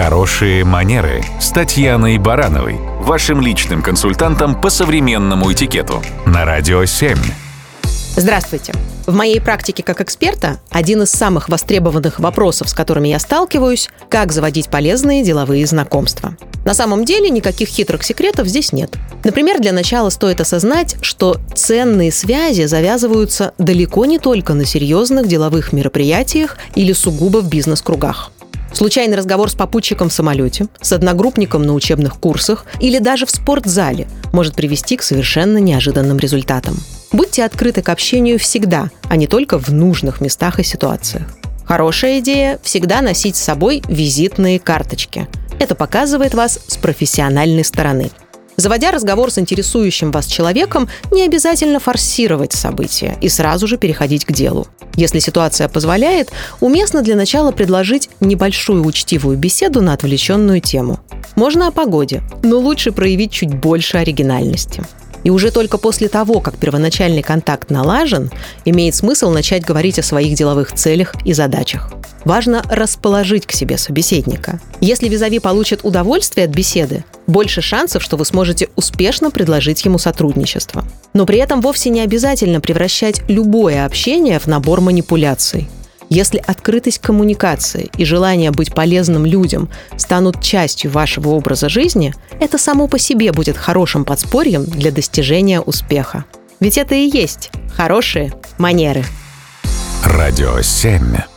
Хорошие манеры с Татьяной Барановой, вашим личным консультантом по современному этикету на Радио 7. Здравствуйте. В моей практике как эксперта один из самых востребованных вопросов, с которыми я сталкиваюсь, как заводить полезные деловые знакомства. На самом деле никаких хитрых секретов здесь нет. Например, для начала стоит осознать, что ценные связи завязываются далеко не только на серьезных деловых мероприятиях или сугубо в бизнес-кругах. Случайный разговор с попутчиком в самолете, с одногруппником на учебных курсах или даже в спортзале может привести к совершенно неожиданным результатам. Будьте открыты к общению всегда, а не только в нужных местах и ситуациях. Хорошая идея – всегда носить с собой визитные карточки. Это показывает вас с профессиональной стороны. Заводя разговор с интересующим вас человеком, не обязательно форсировать события и сразу же переходить к делу. Если ситуация позволяет, уместно для начала предложить небольшую учтивую беседу на отвлеченную тему. Можно о погоде, но лучше проявить чуть больше оригинальности. И уже только после того, как первоначальный контакт налажен, имеет смысл начать говорить о своих деловых целях и задачах. Важно расположить к себе собеседника. Если визави получит удовольствие от беседы, больше шансов, что вы сможете успешно предложить ему сотрудничество. Но при этом вовсе не обязательно превращать любое общение в набор манипуляций. Если открытость коммуникации и желание быть полезным людям станут частью вашего образа жизни, это само по себе будет хорошим подспорьем для достижения успеха. Ведь это и есть хорошие манеры. Радио 7.